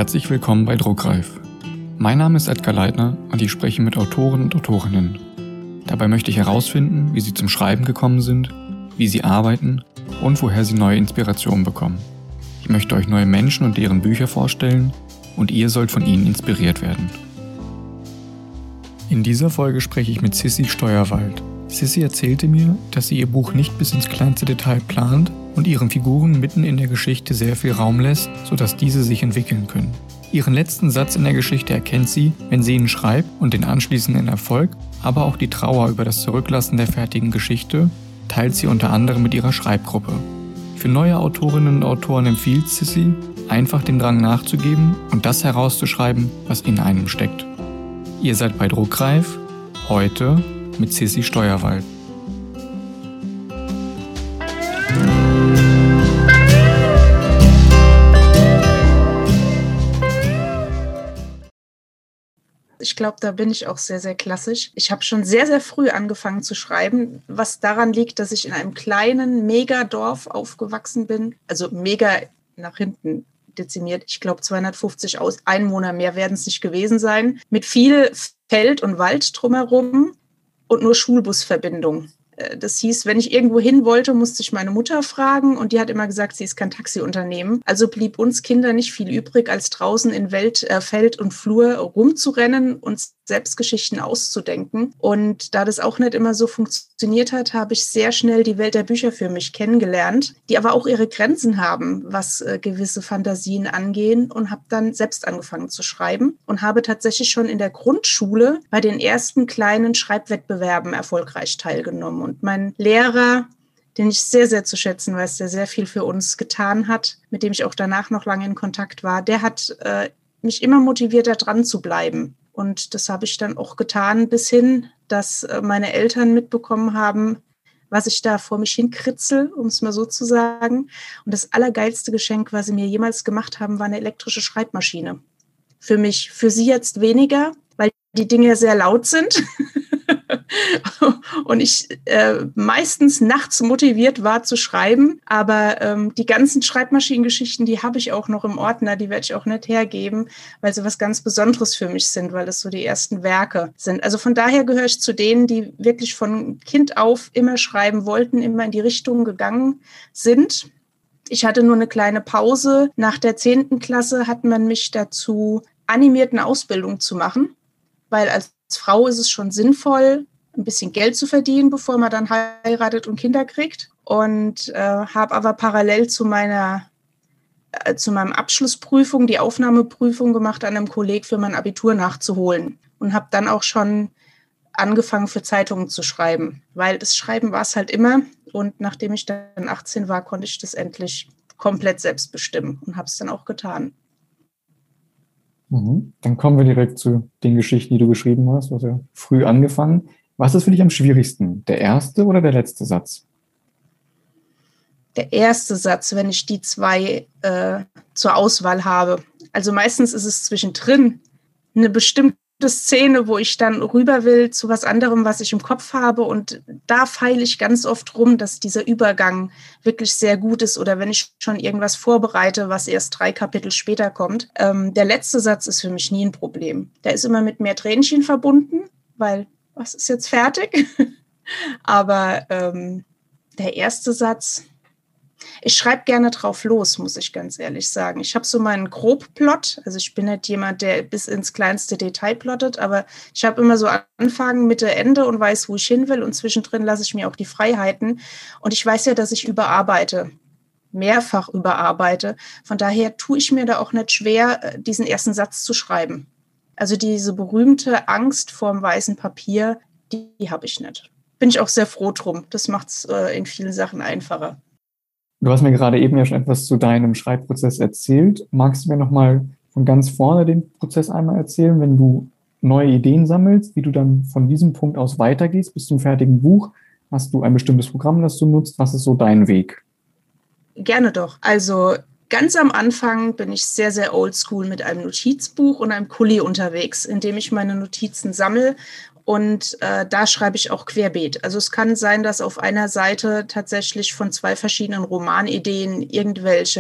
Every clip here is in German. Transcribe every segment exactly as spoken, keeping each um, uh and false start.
Herzlich willkommen bei Druckreif. Mein Name ist Edgar Leitner und ich spreche mit Autoren und Autorinnen. Dabei möchte ich herausfinden, wie sie zum Schreiben gekommen sind, wie sie arbeiten und woher sie neue Inspirationen bekommen. Ich möchte euch neue Menschen und deren Bücher vorstellen und ihr sollt von ihnen inspiriert werden. In dieser Folge spreche ich mit Sissi Steuerwald. Sissi erzählte mir, dass sie ihr Buch nicht bis ins kleinste Detail plant und ihren Figuren mitten in der Geschichte sehr viel Raum lässt, sodass diese sich entwickeln können. Ihren letzten Satz in der Geschichte erkennt sie, wenn sie ihn schreibt, und den anschließenden Erfolg, aber auch die Trauer über das Zurücklassen der fertigen Geschichte, teilt sie unter anderem mit ihrer Schreibgruppe. Für neue Autorinnen und Autoren empfiehlt Sissi, einfach dem Drang nachzugeben und das herauszuschreiben, was in einem steckt. Ihr seid bei Druckreif, heute mit Sissi Steuerwald. Ich glaube, da bin ich auch sehr, sehr klassisch. Ich habe schon sehr, sehr früh angefangen zu schreiben, was daran liegt, dass ich in einem kleinen Megadorf aufgewachsen bin. Also mega nach hinten dezimiert. Ich glaube, zweihundertfünfzig Aus- Einwohner mehr werden es nicht gewesen sein. Mit viel Feld und Wald drumherum und nur Schulbusverbindung. Das hieß, wenn ich irgendwo hin wollte, musste ich meine Mutter fragen und die hat immer gesagt, sie ist kein Taxiunternehmen. Also blieb uns Kinder nicht viel übrig, als draußen in Welt, äh, Feld und Flur rumzurennen und selbst Geschichten auszudenken. Und da das auch nicht immer so funktioniert hat, habe ich sehr schnell die Welt der Bücher für mich kennengelernt, die aber auch ihre Grenzen haben, was äh, gewisse Fantasien angehen, und habe dann selbst angefangen zu schreiben und habe tatsächlich schon in der Grundschule bei den ersten kleinen Schreibwettbewerben erfolgreich teilgenommen. Und mein Lehrer, den ich sehr, sehr zu schätzen weiß, der sehr viel für uns getan hat, mit dem ich auch danach noch lange in Kontakt war, der hat äh, mich immer motiviert, da dran zu bleiben. Und das habe ich dann auch getan, bis hin, dass äh, meine Eltern mitbekommen haben, was ich da vor mich hinkritzel, um es mal so zu sagen. Und das allergeilste Geschenk, was sie mir jemals gemacht haben, war eine elektrische Schreibmaschine. Für mich, für sie jetzt weniger, weil die Dinge sehr laut sind. Und ich äh, meistens nachts motiviert war zu schreiben, aber ähm, die ganzen Schreibmaschinengeschichten, die habe ich auch noch im Ordner, die werde ich auch nicht hergeben, weil sie was ganz Besonderes für mich sind, weil das so die ersten Werke sind. Also von daher gehöre ich zu denen, die wirklich von Kind auf immer schreiben wollten, immer in die Richtung gegangen sind. Ich hatte nur eine kleine Pause. Nach der zehnten Klasse hat man mich dazu animiert, eine Ausbildung zu machen, weil als Frau ist es schon sinnvoll, ein bisschen Geld zu verdienen, bevor man dann heiratet und Kinder kriegt. Und äh, habe aber parallel zu meiner äh, zu meinem Abschlussprüfung die Aufnahmeprüfung gemacht an einem Kolleg für mein Abitur nachzuholen. Und habe dann auch schon angefangen, für Zeitungen zu schreiben. Weil das Schreiben war es halt immer. Und nachdem ich dann achtzehn war, konnte ich das endlich komplett selbst bestimmen und habe es dann auch getan. Mhm. Dann kommen wir direkt zu den Geschichten, die du geschrieben hast. Du hast ja früh angefangen. Was ist für dich am schwierigsten? Der erste oder der letzte Satz? Der erste Satz, wenn ich die zwei äh, zur Auswahl habe. Also meistens ist es zwischendrin eine bestimmte Szene, wo ich dann rüber will zu was anderem, was ich im Kopf habe. Und da feile ich ganz oft rum, dass dieser Übergang wirklich sehr gut ist. Oder wenn ich schon irgendwas vorbereite, was erst drei Kapitel später kommt. Ähm, der letzte Satz ist für mich nie ein Problem. Der ist immer mit mehr Tränchen verbunden, weil was ist jetzt fertig? Aber ähm, der erste Satz, ich schreibe gerne drauf los, muss ich ganz ehrlich sagen. Ich habe so meinen Grobplot, also ich bin nicht jemand, der bis ins kleinste Detail plottet, aber ich habe immer so Anfang, Mitte, Ende und weiß, wo ich hin will, und zwischendrin lasse ich mir auch die Freiheiten. Und ich weiß ja, dass ich überarbeite, mehrfach überarbeite. Von daher tue ich mir da auch nicht schwer, diesen ersten Satz zu schreiben. Also diese berühmte Angst vorm weißen Papier, die, die habe ich nicht. Bin ich auch sehr froh drum. Das macht es äh, in vielen Sachen einfacher. Du hast mir gerade eben ja schon etwas zu deinem Schreibprozess erzählt. Magst du mir nochmal von ganz vorne den Prozess einmal erzählen, wenn du neue Ideen sammelst, wie du dann von diesem Punkt aus weitergehst bis zum fertigen Buch? Hast du ein bestimmtes Programm, das du nutzt? Was ist so dein Weg? Gerne doch. Also ganz am Anfang bin ich sehr, sehr oldschool mit einem Notizbuch und einem Kuli unterwegs, in dem ich meine Notizen sammle. Und äh, da schreibe ich auch querbeet. Also es kann sein, dass auf einer Seite tatsächlich von zwei verschiedenen Romanideen irgendwelche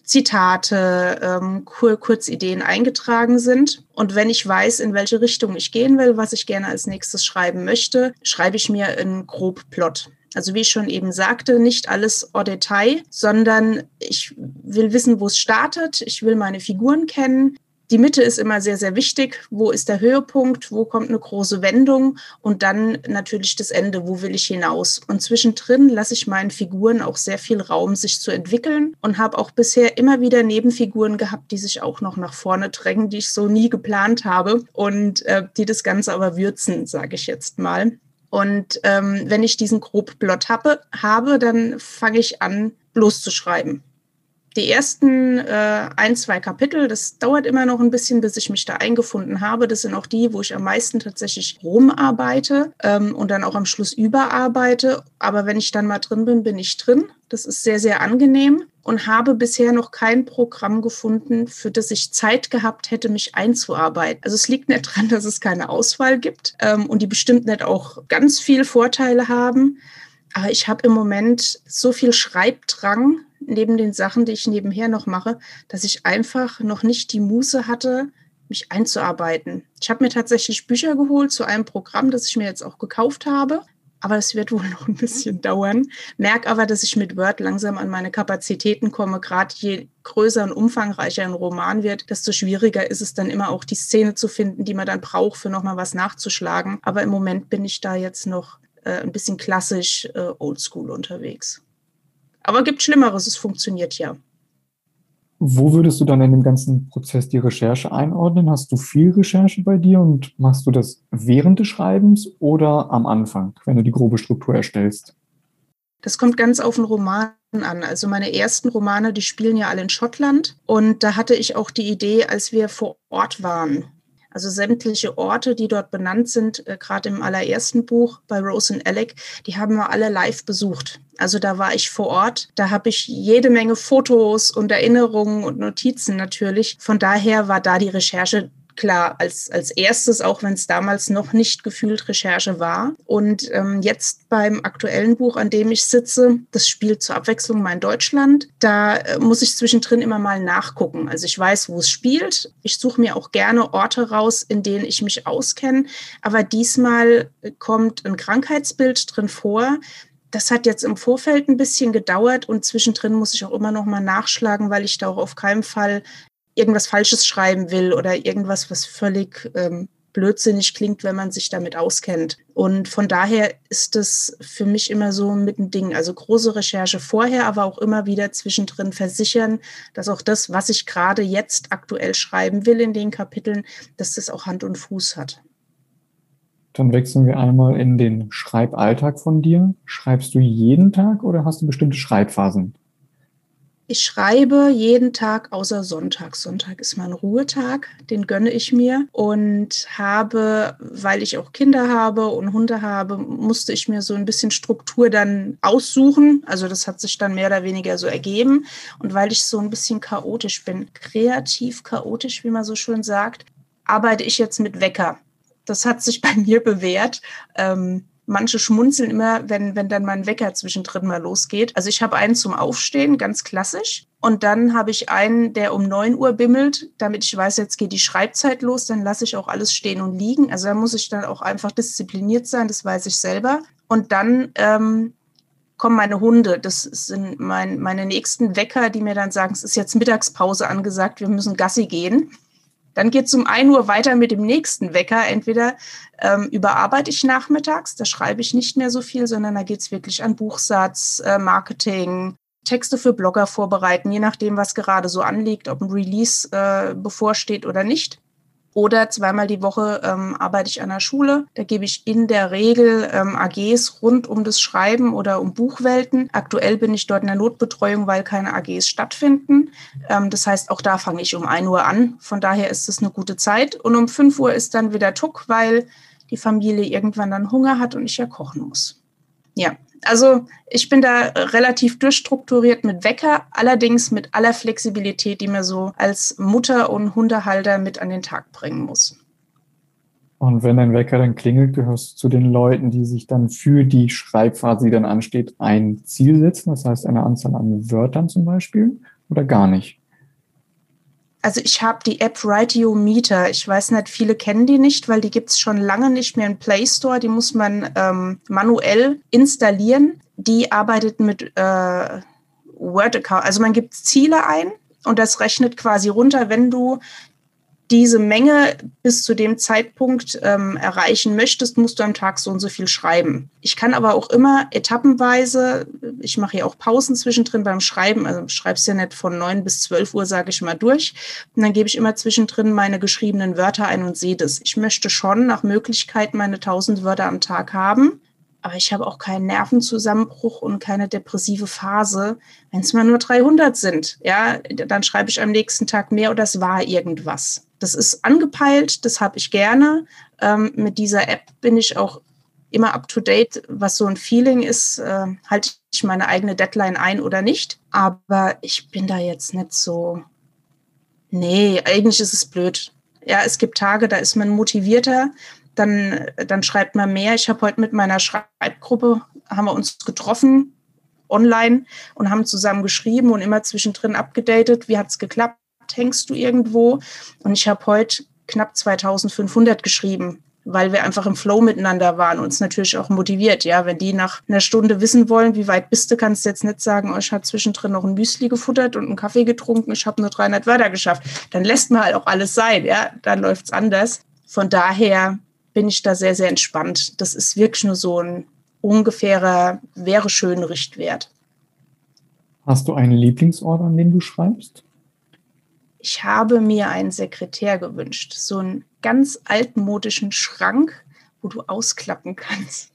Zitate, ähm, Kur- Kurzideen eingetragen sind. Und wenn ich weiß, in welche Richtung ich gehen will, was ich gerne als nächstes schreiben möchte, schreibe ich mir einen Grobplot. Also wie ich schon eben sagte, nicht alles en Detail, sondern ich will wissen, wo es startet. Ich will meine Figuren kennen. Die Mitte ist immer sehr, sehr wichtig. Wo ist der Höhepunkt? Wo kommt eine große Wendung? Und dann natürlich das Ende. Wo will ich hinaus? Und zwischendrin lasse ich meinen Figuren auch sehr viel Raum, sich zu entwickeln und habe auch bisher immer wieder Nebenfiguren gehabt, die sich auch noch nach vorne drängen, die ich so nie geplant habe und äh, die das Ganze aber würzen, sage ich jetzt mal. Und ähm, wenn ich diesen Grobplot habe, habe dann fange ich an, loszuschreiben. Die ersten äh, ein, zwei Kapitel, das dauert immer noch ein bisschen, bis ich mich da eingefunden habe. Das sind auch die, wo ich am meisten tatsächlich rumarbeite ähm, und dann auch am Schluss überarbeite. Aber wenn ich dann mal drin bin, bin ich drin. Das ist sehr, sehr angenehm und habe bisher noch kein Programm gefunden, für das ich Zeit gehabt hätte, mich einzuarbeiten. Also es liegt nicht daran, dass es keine Auswahl gibt ähm, und die bestimmt nicht auch ganz viele Vorteile haben. Aber ich habe im Moment so viel Schreibdrang neben den Sachen, die ich nebenher noch mache, dass ich einfach noch nicht die Muße hatte, mich einzuarbeiten. Ich habe mir tatsächlich Bücher geholt zu einem Programm, das ich mir jetzt auch gekauft habe. Aber es wird wohl noch ein bisschen dauern. Merke aber, dass ich mit Word langsam an meine Kapazitäten komme. Gerade je größer und umfangreicher ein Roman wird, desto schwieriger ist es dann immer auch, die Szene zu finden, die man dann braucht, für nochmal was nachzuschlagen. Aber im Moment bin ich da jetzt noch äh, ein bisschen klassisch äh, oldschool unterwegs. Aber gibt Schlimmeres, es funktioniert ja. Wo würdest du dann in dem ganzen Prozess die Recherche einordnen? Hast du viel Recherche bei dir und machst du das während des Schreibens oder am Anfang, wenn du die grobe Struktur erstellst? Das kommt ganz auf den Roman an. Also meine ersten Romane, die spielen ja alle in Schottland. Und da hatte ich auch die Idee, als wir vor Ort waren. Also sämtliche Orte, die dort benannt sind, äh, gerade im allerersten Buch bei Rose und Alec, die haben wir alle live besucht. Also da war ich vor Ort, da habe ich jede Menge Fotos und Erinnerungen und Notizen natürlich. Von daher war da die Recherche klar als, als erstes, auch wenn es damals noch nicht gefühlt Recherche war. Und ähm, jetzt beim aktuellen Buch, an dem ich sitze, das spielt zur Abwechslung mal in Deutschland, da äh, muss ich zwischendrin immer mal nachgucken. Also ich weiß, wo es spielt. Ich suche mir auch gerne Orte raus, in denen ich mich auskenne. Aber diesmal kommt ein Krankheitsbild drin vor. Das hat jetzt im Vorfeld ein bisschen gedauert und zwischendrin muss ich auch immer noch mal nachschlagen, weil ich da auch auf keinen Fall irgendwas Falsches schreiben will oder irgendwas, was völlig ähm, blödsinnig klingt, wenn man sich damit auskennt. Und von daher ist das für mich immer so mit ein Ding. Also große Recherche vorher, aber auch immer wieder zwischendrin versichern, dass auch das, was ich gerade jetzt aktuell schreiben will in den Kapiteln, dass das auch Hand und Fuß hat. Dann wechseln wir einmal in den Schreiballtag von dir. Schreibst du jeden Tag oder hast du bestimmte Schreibphasen? Ich schreibe jeden Tag außer Sonntag. Sonntag ist mein Ruhetag, den gönne ich mir und habe, weil ich auch Kinder habe und Hunde habe, musste ich mir so ein bisschen Struktur dann aussuchen. Also das hat sich dann mehr oder weniger so ergeben. Und weil ich so ein bisschen chaotisch bin, kreativ chaotisch, wie man so schön sagt, arbeite ich jetzt mit Wecker. Das hat sich bei mir bewährt. Ähm, Manche schmunzeln immer, wenn, wenn dann mein Wecker zwischendrin mal losgeht. Also ich habe einen zum Aufstehen, ganz klassisch. Und dann habe ich einen, der um neun Uhr bimmelt, damit ich weiß, jetzt geht die Schreibzeit los. Dann lasse ich auch alles stehen und liegen. Also da muss ich dann auch einfach diszipliniert sein, das weiß ich selber. Und dann ähm, kommen meine Hunde. Das sind mein, meine nächsten Wecker, die mir dann sagen, es ist jetzt Mittagspause angesagt, wir müssen Gassi gehen. Dann geht es um ein Uhr weiter mit dem nächsten Wecker. Entweder ähm, überarbeite ich nachmittags, da schreibe ich nicht mehr so viel, sondern da geht es wirklich an Buchsatz, äh, Marketing, Texte für Blogger vorbereiten, je nachdem, was gerade so anliegt, ob ein Release äh, bevorsteht oder nicht. Oder zweimal die Woche ähm, arbeite ich an der Schule. Da gebe ich in der Regel ähm, A Gs rund um das Schreiben oder um Buchwelten. Aktuell bin ich dort in der Notbetreuung, weil keine A Gs stattfinden. Ähm, das heißt, auch da fange ich um ein Uhr an. Von daher ist es eine gute Zeit. Und um fünf Uhr ist dann wieder Tuck, weil die Familie irgendwann dann Hunger hat und ich ja kochen muss. Ja, also ich bin da relativ durchstrukturiert mit Wecker, allerdings mit aller Flexibilität, die man so als Mutter und Hundehalter mit an den Tag bringen muss. Und wenn dein Wecker dann klingelt, gehörst du zu den Leuten, die sich dann für die Schreibphase, die dann ansteht, ein Ziel setzen, das heißt eine Anzahl an Wörtern zum Beispiel? oder gar nicht? Also ich habe die App Writiometer. Ich weiß nicht, viele kennen die nicht, weil die gibt es schon lange nicht mehr im Play Store. Die muss man ähm, manuell installieren. Die arbeitet mit äh, Word-Account. Also man gibt Ziele ein und das rechnet quasi runter, wenn du diese Menge bis zu dem Zeitpunkt ähm, erreichen möchtest, musst du am Tag so und so viel schreiben. Ich kann aber auch immer etappenweise, ich mache ja auch Pausen zwischendrin beim Schreiben, also schreibst ja nicht von neun bis zwölf Uhr, sage ich mal, durch. Und dann gebe ich immer zwischendrin meine geschriebenen Wörter ein und sehe das. Ich möchte schon nach Möglichkeit meine tausend Wörter am Tag haben. Aber ich habe auch keinen Nervenzusammenbruch und keine depressive Phase, wenn es mal nur dreihundert sind. Ja, dann schreibe ich am nächsten Tag mehr oder es war irgendwas. Das ist angepeilt, das habe ich gerne. Ähm, mit dieser App bin ich auch immer up to date, was so ein Feeling ist. Äh, halte ich meine eigene Deadline ein oder nicht? Aber ich bin da jetzt nicht so. Nee, eigentlich ist es blöd. Ja, es gibt Tage, da ist man motivierter. Dann, dann schreibt man mehr. Ich habe heute mit meiner Schreibgruppe, haben wir uns getroffen, online und haben zusammen geschrieben und immer zwischendrin abgedatet. Wie hat es geklappt? Hängst du irgendwo? Und ich habe heute knapp zweitausendfünfhundert geschrieben, weil wir einfach im Flow miteinander waren und uns natürlich auch motiviert. Ja, wenn die nach einer Stunde wissen wollen, wie weit bist du, kannst du jetzt nicht sagen, oh, ich habe zwischendrin noch ein Müsli gefuttert und einen Kaffee getrunken, ich habe nur dreihundert Wörter geschafft. Dann lässt man halt auch alles sein. Ja, dann läuft es anders. Von daher bin ich da sehr, sehr entspannt. Das ist wirklich nur so ein ungefährer, wäre schön Richtwert. Hast du einen Lieblingsort, an dem du schreibst? Ich habe mir einen Sekretär gewünscht. So einen ganz altmodischen Schrank, wo du ausklappen kannst.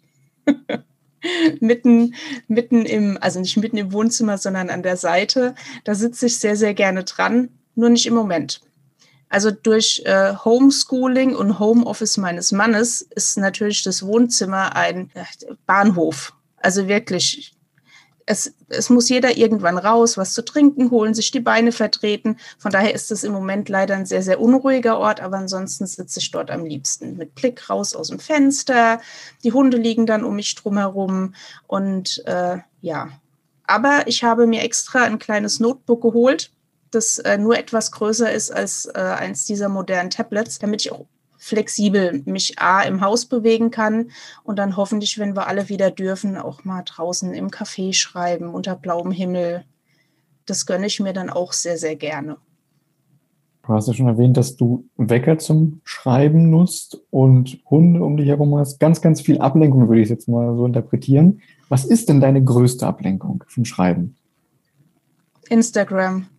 mitten, mitten im, also nicht mitten im Wohnzimmer, sondern an der Seite. Da sitze ich sehr, sehr gerne dran, nur nicht im Moment. Also durch äh, Homeschooling und Homeoffice meines Mannes ist natürlich das Wohnzimmer ein äh, Bahnhof. Also wirklich, es, es muss jeder irgendwann raus, was zu trinken holen, sich die Beine vertreten. Von daher ist es im Moment leider ein sehr, sehr unruhiger Ort, aber ansonsten sitze ich dort am liebsten mit Blick raus aus dem Fenster. Die Hunde liegen dann um mich drumherum und äh, ja. Aber ich habe mir extra ein kleines Notebook geholt, das äh, nur etwas größer ist als äh, eins dieser modernen Tablets, damit ich auch flexibel mich A im Haus bewegen kann und dann hoffentlich, wenn wir alle wieder dürfen, auch mal draußen im Café schreiben, unter blauem Himmel. Das gönne ich mir dann auch sehr, sehr gerne. Du hast ja schon erwähnt, dass du Wecker zum Schreiben nutzt und Hunde um dich herum hast. Ganz, ganz viel Ablenkung, würde ich jetzt mal so interpretieren. Was ist denn deine größte Ablenkung vom Schreiben? Instagram.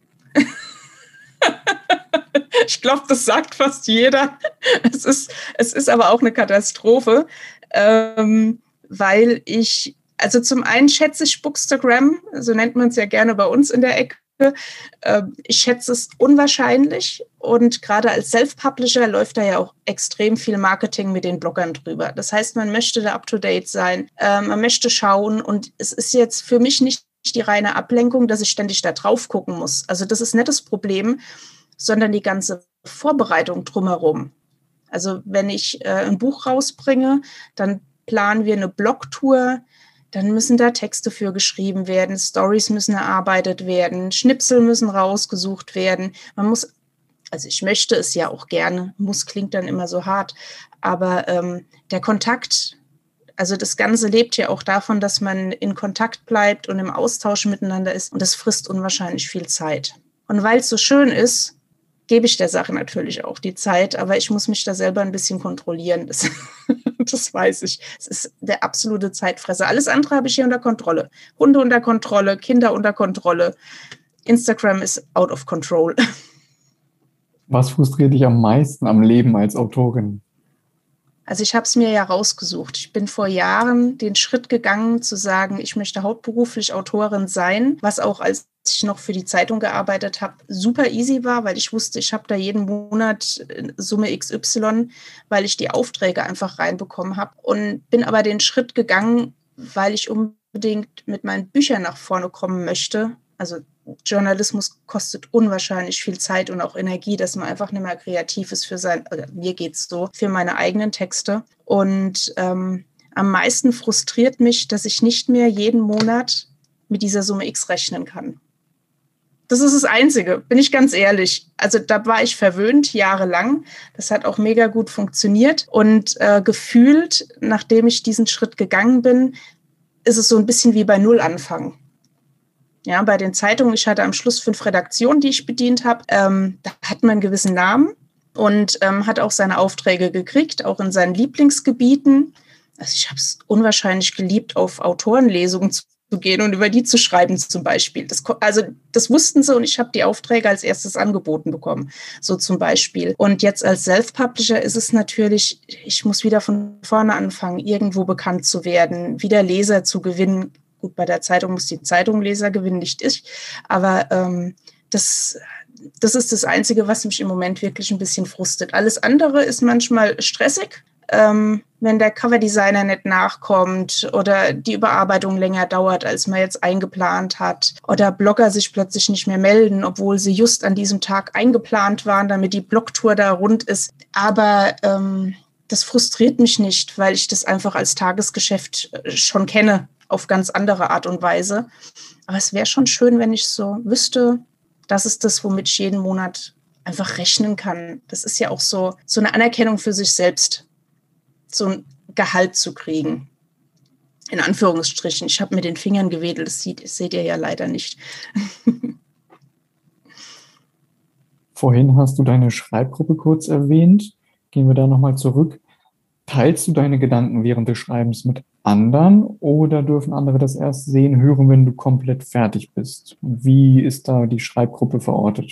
Ich glaube, das sagt fast jeder. Es ist, es ist aber auch eine Katastrophe, ähm, weil ich, also zum einen schätze ich Bookstagram, so nennt man es ja gerne bei uns in der Ecke. Ähm, ich schätze es unwahrscheinlich und gerade als Self-Publisher läuft da ja auch extrem viel Marketing mit den Bloggern drüber. Das heißt, man möchte da up-to-date sein, äh, man möchte schauen und es ist jetzt für mich nicht die reine Ablenkung, dass ich ständig da drauf gucken muss. Also das ist nicht das Problem, sondern die ganze Vorbereitung drumherum. Also wenn ich äh, ein Buch rausbringe, dann planen wir eine Blogtour, dann müssen da Texte für geschrieben werden, Stories müssen erarbeitet werden, Schnipsel müssen rausgesucht werden. Man muss, also ich möchte es ja auch gerne, muss klingt dann immer so hart, aber ähm, der Kontakt, also das Ganze lebt ja auch davon, dass man in Kontakt bleibt und im Austausch miteinander ist und das frisst unwahrscheinlich viel Zeit. Und weil es so schön ist, gebe ich der Sache natürlich auch die Zeit, aber ich muss mich da selber ein bisschen kontrollieren. Das, das weiß ich. Es ist der absolute Zeitfresser. Alles andere habe ich hier unter Kontrolle. Hunde unter Kontrolle, Kinder unter Kontrolle. Instagram ist out of control. Was frustriert dich am meisten am Leben als Autorin? Also ich habe es mir ja rausgesucht. Ich bin vor Jahren den Schritt gegangen, zu sagen, ich möchte hauptberuflich Autorin sein, was auch als ich noch für die Zeitung gearbeitet habe, super easy war, weil ich wusste, ich habe da jeden Monat Summe X Y, weil ich die Aufträge einfach reinbekommen habe und bin aber den Schritt gegangen, weil ich unbedingt mit meinen Büchern nach vorne kommen möchte. Also Journalismus kostet unwahrscheinlich viel Zeit und auch Energie, dass man einfach nicht mehr kreativ ist für sein, oder mir geht's so, für meine eigenen Texte. Und ähm, am meisten frustriert mich, dass ich nicht mehr jeden Monat mit dieser Summe X rechnen kann. Das ist das Einzige, bin ich ganz ehrlich. Also da war ich verwöhnt jahrelang. Das hat auch mega gut funktioniert. Und äh, gefühlt, nachdem ich diesen Schritt gegangen bin, ist es so ein bisschen wie bei Null anfangen. Ja, bei den Zeitungen, ich hatte am Schluss fünf Redaktionen, die ich bedient habe. Ähm, da hat man einen gewissen Namen und ähm, hat auch seine Aufträge gekriegt, auch in seinen Lieblingsgebieten. Also ich habe es unwahrscheinlich geliebt, auf Autorenlesungen zu zu gehen und über die zu schreiben zum Beispiel. Das, also das wussten sie und ich habe die Aufträge als erstes angeboten bekommen, so zum Beispiel. Und jetzt als Self-Publisher ist es natürlich, ich muss wieder von vorne anfangen, irgendwo bekannt zu werden, wieder Leser zu gewinnen. Gut, bei der Zeitung muss die Zeitung Leser gewinnen, nicht ich, aber ähm, das... Das ist das Einzige, was mich im Moment wirklich ein bisschen frustet. Alles andere ist manchmal stressig, ähm, wenn der Coverdesigner nicht nachkommt oder die Überarbeitung länger dauert, als man jetzt eingeplant hat oder Blogger sich plötzlich nicht mehr melden, obwohl sie just an diesem Tag eingeplant waren, damit die Blogtour da rund ist. Aber ähm, das frustriert mich nicht, weil ich das einfach als Tagesgeschäft schon kenne, auf ganz andere Art und Weise. Aber es wäre schon schön, wenn ich so wüsste, das ist das, womit ich jeden Monat einfach rechnen kann. Das ist ja auch so, so eine Anerkennung für sich selbst, so ein Gehalt zu kriegen. In Anführungsstrichen. Ich habe mit den Fingern gewedelt, das, sieht, das seht ihr ja leider nicht. Vorhin hast du deine Schreibgruppe kurz erwähnt. Gehen wir da nochmal zurück. Teilst du deine Gedanken während des Schreibens mit anderen oder dürfen andere das erst sehen, hören, wenn du komplett fertig bist? Und wie ist da die Schreibgruppe verortet?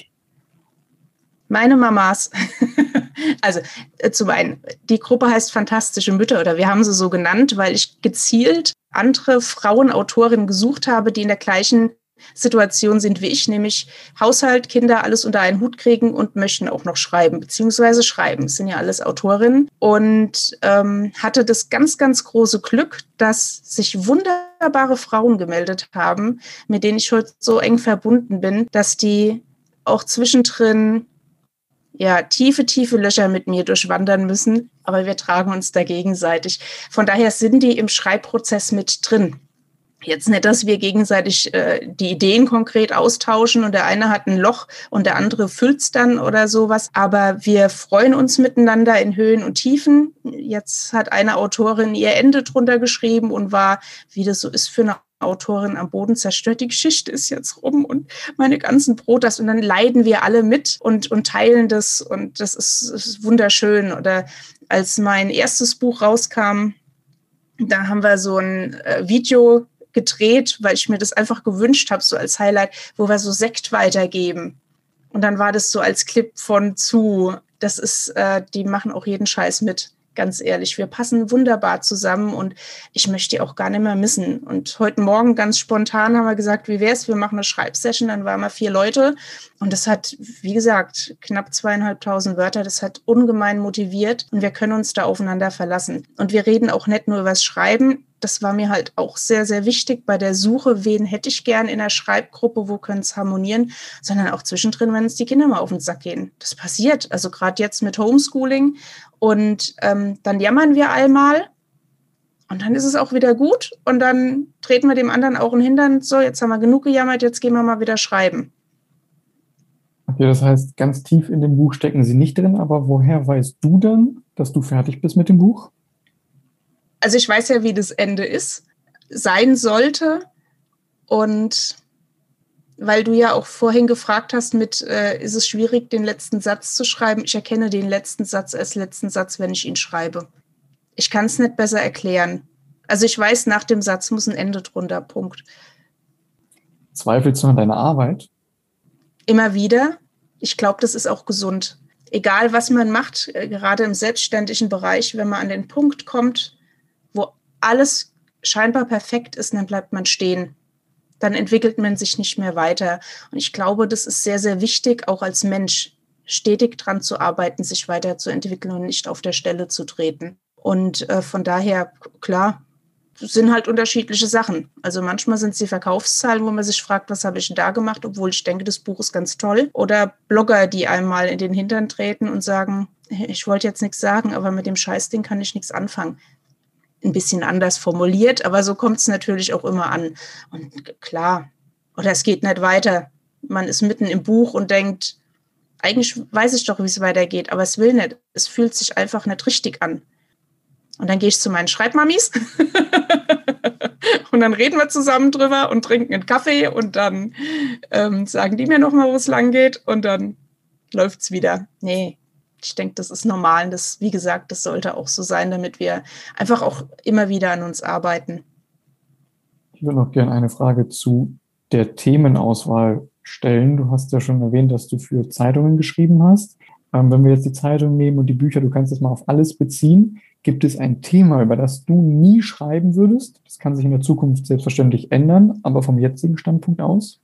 Meine Mamas, also äh, zum einen, die Gruppe heißt Fantastische Mütter oder wir haben sie so genannt, weil ich gezielt andere Frauenautorinnen gesucht habe, die in der gleichen Situation sind wie ich, nämlich Haushalt, Kinder, alles unter einen Hut kriegen und möchten auch noch schreiben, beziehungsweise schreiben. Es sind ja alles Autorinnen und ähm, hatte das ganz, ganz große Glück, dass sich wunderbare Frauen gemeldet haben, mit denen ich heute so eng verbunden bin, dass die auch zwischendrin ja, tiefe, tiefe Löcher mit mir durchwandern müssen, aber wir tragen uns da gegenseitig. Von daher sind die im Schreibprozess mit drin. Jetzt nicht, dass wir gegenseitig äh, die Ideen konkret austauschen und der eine hat ein Loch und der andere füllt's dann oder sowas, aber wir freuen uns miteinander in Höhen und Tiefen. Jetzt hat eine Autorin ihr Ende drunter geschrieben und war, wie das so ist für eine Autorin, am Boden zerstört, die Geschichte ist jetzt rum und meine ganzen Brotas und dann leiden wir alle mit und, und teilen das und das ist, das ist wunderschön. Oder als mein erstes Buch rauskam, da haben wir so ein äh, Video gedreht, weil ich mir das einfach gewünscht habe, so als Highlight, wo wir so Sekt weitergeben. Und dann war das so als Clip von zu, das ist, äh, die machen auch jeden Scheiß mit. Ganz ehrlich, wir passen wunderbar zusammen und ich möchte die auch gar nicht mehr missen. Und heute Morgen ganz spontan haben wir gesagt, wie wäre es, wir machen eine Schreibsession, dann waren wir vier Leute und das hat, wie gesagt, knapp zweieinhalbtausend Wörter, das hat ungemein motiviert und wir können uns da aufeinander verlassen. Und wir reden auch nicht nur über das Schreiben, das war mir halt auch sehr, sehr wichtig bei der Suche, wen hätte ich gern in der Schreibgruppe, wo können es harmonieren, sondern auch zwischendrin, wenn es die Kinder mal auf den Sack gehen. Das passiert, also gerade jetzt mit Homeschooling und ähm, dann jammern wir einmal und dann ist es auch wieder gut und dann treten wir dem anderen auch einen Hintern, so jetzt haben wir genug gejammert, jetzt gehen wir mal wieder schreiben. Okay, das heißt, ganz tief in dem Buch stecken Sie nicht drin, aber woher weißt du dann, dass du fertig bist mit dem Buch? Also ich weiß ja, wie das Ende ist, sein sollte und weil du ja auch vorhin gefragt hast mit, äh, ist es schwierig, den letzten Satz zu schreiben? Ich erkenne den letzten Satz als letzten Satz, wenn ich ihn schreibe. Ich kann es nicht besser erklären. Also ich weiß, nach dem Satz muss ein Ende drunter, Punkt. Zweifelst du an deiner Arbeit? Immer wieder. Ich glaube, das ist auch gesund. Egal, was man macht, äh, gerade im selbstständigen Bereich, wenn man an den Punkt kommt, wo alles scheinbar perfekt ist, dann bleibt man stehen. Dann entwickelt man sich nicht mehr weiter. Und ich glaube, das ist sehr, sehr wichtig, auch als Mensch, stetig dran zu arbeiten, sich weiterzuentwickeln und nicht auf der Stelle zu treten. Und äh, von daher, klar, sind halt unterschiedliche Sachen. Also manchmal sind es die Verkaufszahlen, wo man sich fragt, was habe ich denn da gemacht, obwohl ich denke, das Buch ist ganz toll. Oder Blogger, die einmal in den Hintern treten und sagen, ich wollte jetzt nichts sagen, aber mit dem Scheißding kann ich nichts anfangen. Ein bisschen anders formuliert, aber so kommt es natürlich auch immer an. Und klar, oder es geht nicht weiter. man ist mitten im Buch und denkt, eigentlich weiß ich doch, wie es weitergeht, aber es will nicht. Es fühlt sich einfach nicht richtig an. Und dann gehe ich zu meinen Schreibmamis und dann reden wir zusammen drüber und trinken einen Kaffee und dann ähm, sagen die mir nochmal, wo es lang geht und dann läuft es wieder. Nee, ich denke, das ist normal und das, wie gesagt, das sollte auch so sein, damit wir einfach auch immer wieder an uns arbeiten. Ich würde noch gerne eine Frage zu der Themenauswahl stellen. Du hast ja schon erwähnt, dass du für Zeitungen geschrieben hast. Ähm, wenn wir jetzt die Zeitungen nehmen und die Bücher, du kannst das mal auf alles beziehen. Gibt es ein Thema, über das du nie schreiben würdest? Das kann sich in der Zukunft selbstverständlich ändern, aber vom jetzigen Standpunkt aus?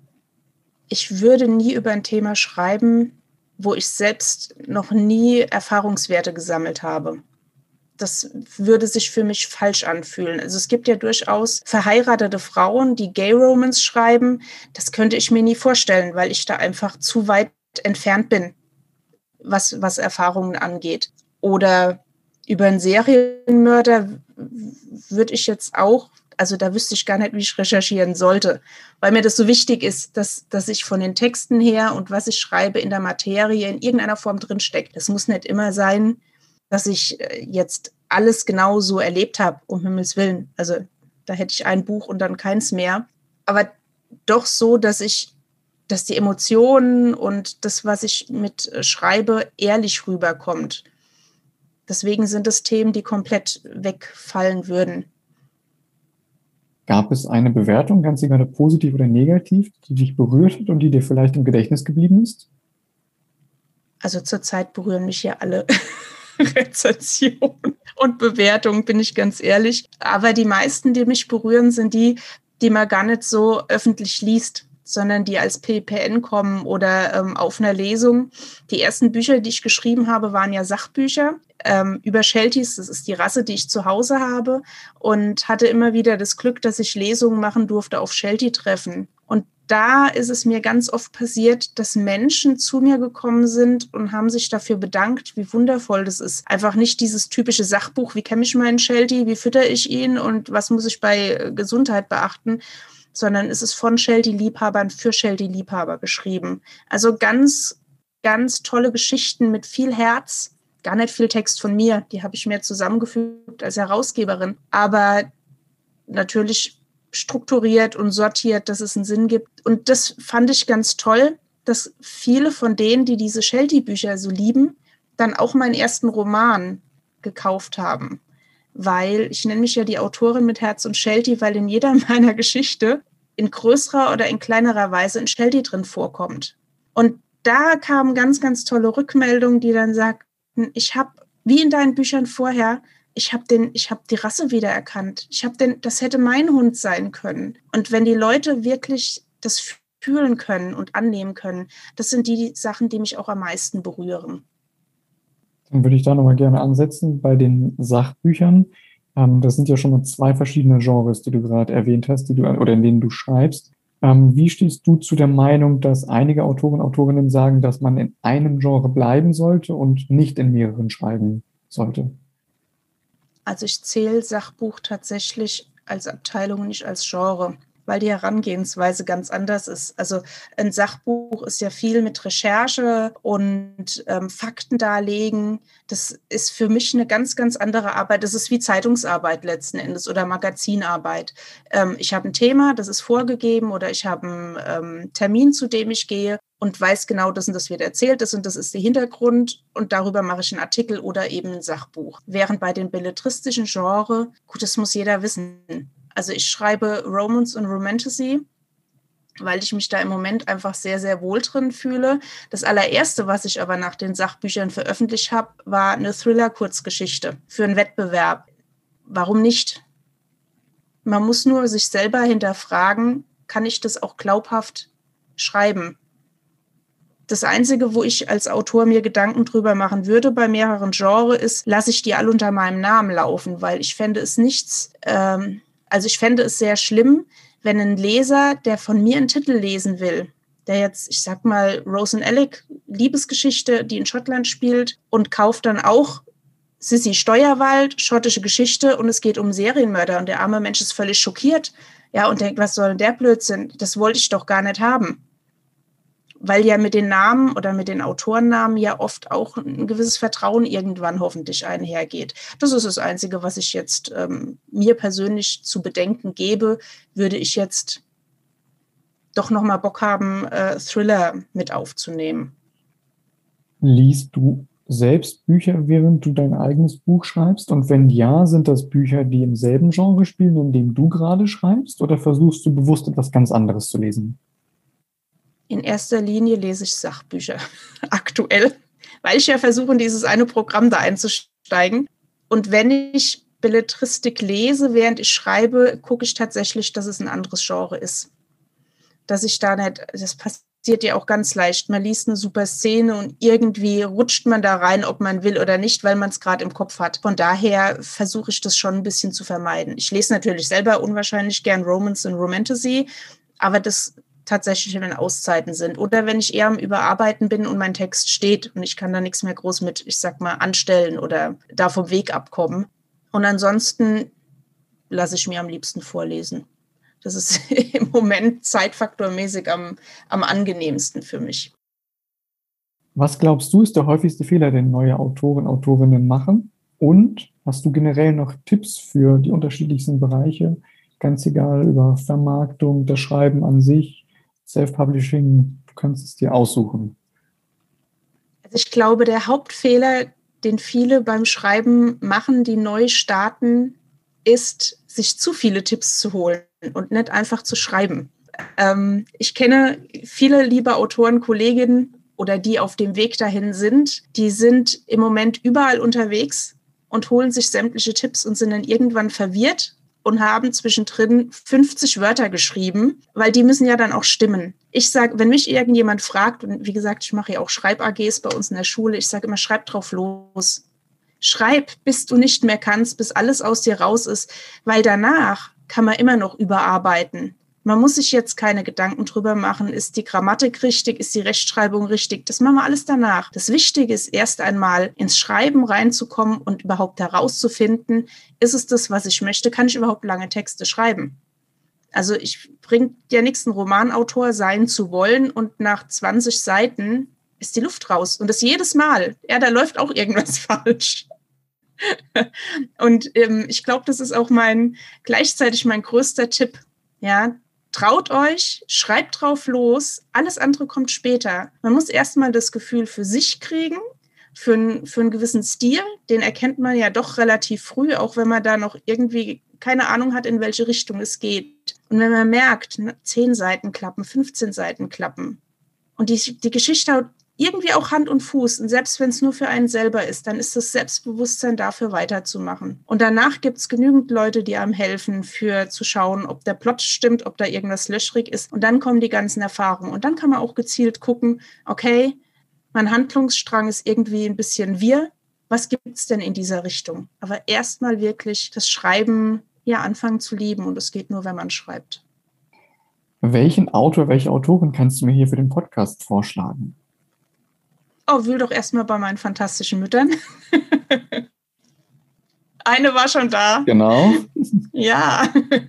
Ich würde nie über ein Thema schreiben, wo ich selbst noch nie Erfahrungswerte gesammelt habe. Das würde sich für mich falsch anfühlen. Also es gibt ja durchaus verheiratete Frauen, die Gay-Romance schreiben. Das könnte ich mir nie vorstellen, weil ich da einfach zu weit entfernt bin, was, was Erfahrungen angeht. Oder über einen Serienmörder würde ich jetzt auch, also da wüsste ich gar nicht, wie ich recherchieren sollte, weil mir das so wichtig ist, dass, dass ich von den Texten her und was ich schreibe in der Materie in irgendeiner Form drinsteckt. Das muss nicht immer sein, dass ich jetzt alles genau so erlebt habe, um Himmels Willen. Also da hätte ich ein Buch und dann keins mehr. Aber doch so, dass ich, dass die Emotionen und das, was ich mit schreibe, ehrlich rüberkommt. Deswegen sind es Themen, die komplett wegfallen würden. Gab es eine Bewertung, ganz egal ob positiv oder negativ, die dich berührt hat und die dir vielleicht im Gedächtnis geblieben ist? Also zurzeit berühren mich ja alle Rezensionen und Bewertungen, bin ich ganz ehrlich. Aber die meisten, die mich berühren, sind die, die man gar nicht so öffentlich liest, sondern die als P P N kommen oder ähm, auf einer Lesung. Die ersten Bücher, die ich geschrieben habe, waren ja Sachbücher ähm, über Shelties. Das ist die Rasse, die ich zu Hause habe und hatte immer wieder das Glück, dass ich Lesungen machen durfte auf Sheltie-Treffen. Und da ist es mir ganz oft passiert, dass Menschen zu mir gekommen sind und haben sich dafür bedankt, wie wundervoll das ist. Einfach nicht dieses typische Sachbuch, wie kenne ich meinen Sheltie, wie fütter ich ihn und was muss ich bei Gesundheit beachten, sondern es ist von Sheltie-Liebhabern für Sheltie-Liebhaber geschrieben. Also ganz, ganz tolle Geschichten mit viel Herz, gar nicht viel Text von mir, die habe ich mir zusammengefügt als Herausgeberin, aber natürlich strukturiert und sortiert, dass es einen Sinn gibt. Und das fand ich ganz toll, dass viele von denen, die diese Sheltie-Bücher so lieben, dann auch meinen ersten Roman gekauft haben. Weil ich nenne mich ja die Autorin mit Herz und Sheltie, weil in jeder meiner Geschichte in größerer oder in kleinerer Weise ein Sheltie drin vorkommt. Und da kamen ganz, ganz tolle Rückmeldungen, die dann sagten, ich habe, wie in deinen Büchern vorher, ich habe den, ich habe die Rasse wiedererkannt. Ich habe den, das hätte mein Hund sein können. Und wenn die Leute wirklich das fühlen können und annehmen können, das sind die Sachen, die mich auch am meisten berühren. Dann würde ich da nochmal gerne ansetzen bei den Sachbüchern. Ähm, das sind ja schon mal zwei verschiedene Genres, die du gerade erwähnt hast, die du, oder in denen du schreibst. Ähm, wie stehst du zu der Meinung, dass einige Autoren und Autorinnen sagen, dass man in einem Genre bleiben sollte und nicht in mehreren schreiben sollte? Also ich zähle Sachbuch tatsächlich als Abteilung, nicht als Genre, weil die Herangehensweise ganz anders ist. Also ein Sachbuch ist ja viel mit Recherche und ähm, Fakten darlegen. Das ist für mich eine ganz, ganz andere Arbeit. Das ist wie Zeitungsarbeit letzten Endes oder Magazinarbeit. Ähm, ich habe ein Thema, das ist vorgegeben oder ich habe einen ähm, Termin, zu dem ich gehe und weiß genau, das und das wird erzählt, das und das ist der Hintergrund und darüber mache ich einen Artikel oder eben ein Sachbuch. Während bei den belletristischen Genres, gut, das muss jeder wissen. Also ich schreibe Romance und Romantasy, weil ich mich da im Moment einfach sehr, sehr wohl drin fühle. Das allererste, was ich aber nach den Sachbüchern veröffentlicht habe, war eine Thriller-Kurzgeschichte für einen Wettbewerb. Warum nicht? Man muss nur sich selber hinterfragen, kann ich das auch glaubhaft schreiben? Das Einzige, wo ich als Autor mir Gedanken drüber machen würde bei mehreren Genres, ist, lasse ich die alle unter meinem Namen laufen, weil ich fände es nichts, ähm, also ich fände es sehr schlimm, wenn ein Leser, der von mir einen Titel lesen will, der jetzt, ich sag mal, Rose and Alec, Liebesgeschichte, die in Schottland spielt, und kauft dann auch Sissi Steuerwald, schottische Geschichte und es geht um Serienmörder und der arme Mensch ist völlig schockiert, ja, und denkt, was soll denn der Blödsinn? Das wollte ich doch gar nicht haben. weil ja mit den Namen oder mit den Autorennamen ja oft auch ein gewisses Vertrauen irgendwann hoffentlich einhergeht. Das ist das Einzige, was ich jetzt ähm, mir persönlich zu bedenken gebe. Würde ich jetzt doch nochmal Bock haben, äh, Thriller mit aufzunehmen. Liest du selbst Bücher, während du dein eigenes Buch schreibst? Und wenn ja, sind das Bücher, die im selben Genre spielen, in dem du gerade schreibst? Oder versuchst du bewusst etwas ganz anderes zu lesen? In erster Linie lese ich Sachbücher aktuell, weil ich ja versuche, in dieses eine Programm da einzusteigen. Und wenn ich Belletristik lese, während ich schreibe, gucke ich tatsächlich, dass es ein anderes Genre ist. Dass ich da nicht, das passiert ja auch ganz leicht. Man liest eine super Szene und irgendwie rutscht man da rein, ob man will oder nicht, weil man es gerade im Kopf hat. Von daher versuche ich das schon ein bisschen zu vermeiden. Ich lese natürlich selber unwahrscheinlich gern Romance und Romantasy, aber das tatsächlich, wenn Auszeiten sind. Oder wenn ich eher am Überarbeiten bin und mein Text steht und ich kann da nichts mehr groß mit, ich sag mal, anstellen oder da vom Weg abkommen. Und ansonsten lasse ich mir am liebsten vorlesen. Das ist im Moment zeitfaktormäßig am, am angenehmsten für mich. Was glaubst du, ist der häufigste Fehler, den neue Autoren, Autorinnen machen? Und hast du generell noch Tipps für die unterschiedlichsten Bereiche? Ganz egal, über Vermarktung, das Schreiben an sich, Self-Publishing, du kannst es dir aussuchen. Also ich glaube, der Hauptfehler, den viele beim Schreiben machen, die neu starten, ist, sich zu viele Tipps zu holen und nicht einfach zu schreiben. Ähm, ich kenne viele liebe Autoren, Kolleginnen oder die auf dem Weg dahin sind, die sind im Moment überall unterwegs und holen sich sämtliche Tipps und sind dann irgendwann verwirrt und haben zwischendrin fünfzig Wörter geschrieben, weil die müssen ja dann auch stimmen. Ich sage, wenn mich irgendjemand fragt, und wie gesagt, ich mache ja auch Schreib-A Gs bei uns in der Schule, ich sage immer, schreib drauf los. Schreib, bis du nicht mehr kannst, bis alles aus dir raus ist, weil danach kann man immer noch überarbeiten. Man muss sich jetzt keine Gedanken drüber machen, ist die Grammatik richtig, ist die Rechtschreibung richtig, das machen wir alles danach. Das Wichtige ist erst einmal ins Schreiben reinzukommen und überhaupt herauszufinden, ist es das, was ich möchte, kann ich überhaupt lange Texte schreiben? Also ich bringt ja nichts, ein Romanautor sein zu wollen und nach zwanzig Seiten ist die Luft raus und das jedes Mal. Ja, da läuft auch irgendwas falsch. Und ähm, ich glaube, das ist auch mein, gleichzeitig mein größter Tipp. Ja, traut euch, schreibt drauf los, alles andere kommt später. Man muss erstmal das Gefühl für sich kriegen, für, ein, für einen gewissen Stil, den erkennt man ja doch relativ früh, auch wenn man da noch irgendwie keine Ahnung hat, in welche Richtung es geht. Und wenn man merkt, zehn Seiten klappen, fünfzehn Seiten klappen und die, die Geschichte hat irgendwie auch Hand und Fuß. Und selbst wenn es nur für einen selber ist, dann ist das Selbstbewusstsein dafür weiterzumachen. Und danach gibt es genügend Leute, die einem helfen, für zu schauen, ob der Plot stimmt, ob da irgendwas löchrig ist. Und dann kommen die ganzen Erfahrungen. Und dann kann man auch gezielt gucken, okay, mein Handlungsstrang ist irgendwie ein bisschen wirr. Was gibt es denn in dieser Richtung? Aber erstmal wirklich das Schreiben ja anfangen zu lieben. Und es geht nur, wenn man schreibt. Welchen Autor, welche Autorin kannst du mir hier für den Podcast vorschlagen? Oh, wühl doch erstmal bei meinen fantastischen Müttern. Eine war schon da. Genau. Ja.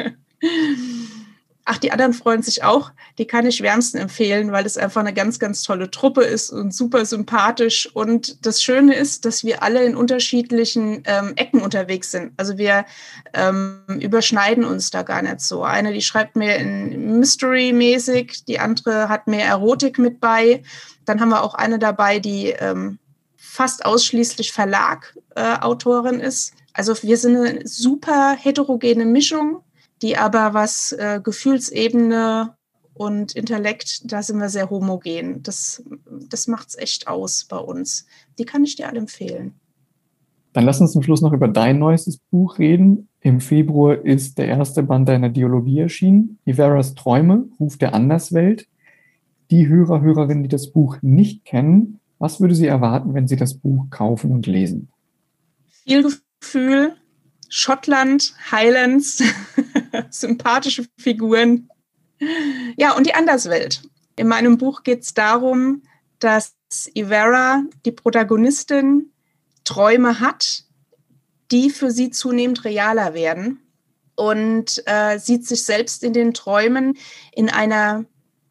Ach, die anderen freuen sich auch. Die kann ich wärmsten empfehlen, weil es einfach eine ganz, ganz tolle Truppe ist und super sympathisch. Und das Schöne ist, dass wir alle in unterschiedlichen ähm, Ecken unterwegs sind. Also wir ähm, überschneiden uns da gar nicht so. Eine, die schreibt mehr in Mystery-mäßig, die andere hat mehr Erotik mit bei. Dann haben wir auch eine dabei, die ähm, fast ausschließlich Verlag-Autorin äh, ist. Also wir sind eine super heterogene Mischung, die aber was äh, Gefühlsebene und Intellekt, da sind wir sehr homogen. Das, das macht es echt aus bei uns. Die kann ich dir alle empfehlen. Dann lass uns zum Schluss noch über dein neuestes Buch reden. Im Februar ist der erste Band deiner Dialogie erschienen, Iveras Träume, Ruf der Anderswelt. Die Hörer, Hörerinnen, die das Buch nicht kennen, was würde sie erwarten, wenn sie das Buch kaufen und lesen? Viel Gefühl, Schottland, Highlands, sympathische Figuren. Ja, und die Anderswelt. In meinem Buch geht es darum, dass Ivera, die Protagonistin, Träume hat, die für sie zunehmend realer werden und äh, sieht sich selbst in den Träumen in einer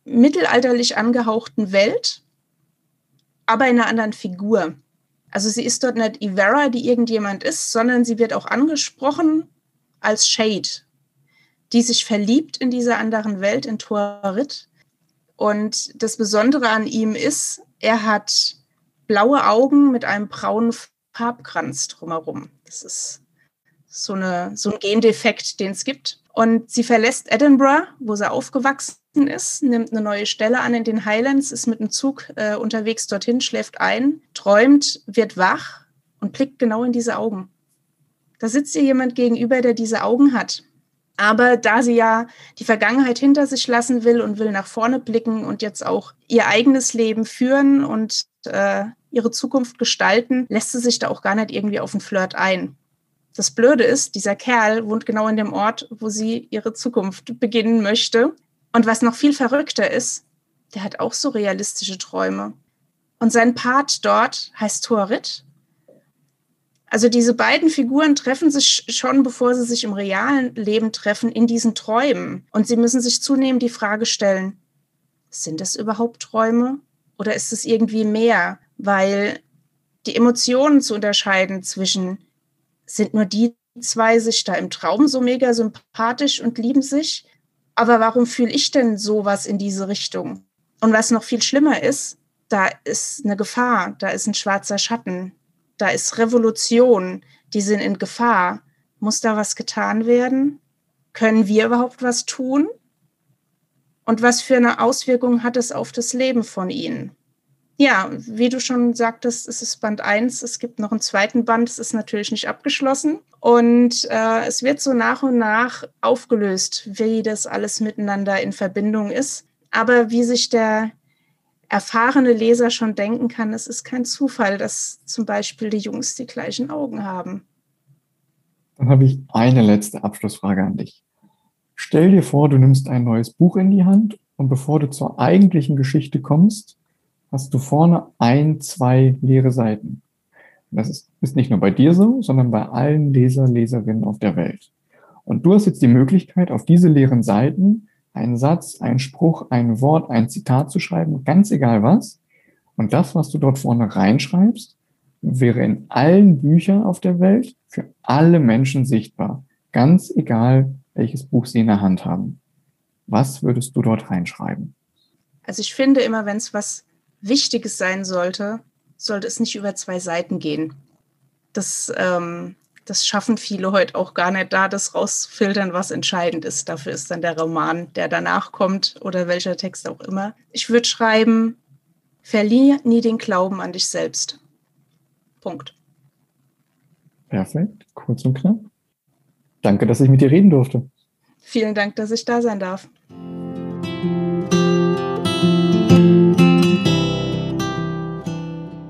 mittelalterlich angehauchten Welt, aber in einer anderen Figur. Also sie ist dort nicht Ivera, die irgendjemand ist, sondern sie wird auch angesprochen als Shade, die sich verliebt in dieser anderen Welt, in Tuarit. Und das Besondere an ihm ist, er hat blaue Augen mit einem braunen Farbkranz drumherum. Das ist so, eine, so ein Gendefekt, den es gibt. Und sie verlässt Edinburgh, wo sie aufgewachsen ist, nimmt eine neue Stelle an in den Highlands, ist mit dem Zug äh, unterwegs dorthin, schläft ein, träumt, wird wach und blickt genau in diese Augen. Da sitzt ihr jemand gegenüber, der diese Augen hat. Aber da sie ja die Vergangenheit hinter sich lassen will und will nach vorne blicken und jetzt auch ihr eigenes Leben führen und äh, ihre Zukunft gestalten, lässt sie sich da auch gar nicht irgendwie auf einen Flirt ein. Das Blöde ist, dieser Kerl wohnt genau in dem Ort, wo sie ihre Zukunft beginnen möchte. Und was noch viel verrückter ist, der hat auch so realistische Träume. Und sein Part dort heißt Tuarit. Also diese beiden Figuren treffen sich schon, bevor sie sich im realen Leben treffen, in diesen Träumen. Und sie müssen sich zunehmend die Frage stellen, sind das überhaupt Träume oder ist es irgendwie mehr? Weil die Emotionen zu unterscheiden zwischen, sind nur die zwei sich da im Traum so mega sympathisch und lieben sich? Aber warum fühle ich denn sowas in diese Richtung? Und was noch viel schlimmer ist, da ist eine Gefahr, da ist ein schwarzer Schatten. Da ist Revolution, die sind in Gefahr. Muss da was getan werden? Können wir überhaupt was tun? Und was für eine Auswirkung hat es auf das Leben von ihnen? Ja, wie du schon sagtest, es ist Band eins, es gibt noch einen zweiten Band, es ist natürlich nicht abgeschlossen. Und äh, es wird so nach und nach aufgelöst, wie das alles miteinander in Verbindung ist. Aber wie sich der erfahrene Leser schon denken kann, es ist kein Zufall, dass zum Beispiel die Jungs die gleichen Augen haben. Dann habe ich eine letzte Abschlussfrage an dich. Stell dir vor, du nimmst ein neues Buch in die Hand und bevor du zur eigentlichen Geschichte kommst, hast du vorne ein, zwei leere Seiten. Das ist, ist nicht nur bei dir so, sondern bei allen Leser, Leserinnen auf der Welt. Und du hast jetzt die Möglichkeit, auf diese leeren Seiten einen Satz, einen Spruch, ein Wort, ein Zitat zu schreiben, ganz egal was. Und das, was du dort vorne reinschreibst, wäre in allen Büchern auf der Welt für alle Menschen sichtbar. Ganz egal, welches Buch sie in der Hand haben. Was würdest du dort reinschreiben? Also ich finde immer, wenn es was Wichtiges sein sollte, sollte es nicht über zwei Seiten gehen. Das, ähm, das schaffen viele heute auch gar nicht, da das rauszufiltern, was entscheidend ist. Dafür ist dann der Roman, der danach kommt oder welcher Text auch immer. Ich würde schreiben, verlier nie den Glauben an dich selbst. Punkt. Perfekt, kurz und knapp. Danke, dass ich mit dir reden durfte. Vielen Dank, dass ich da sein darf.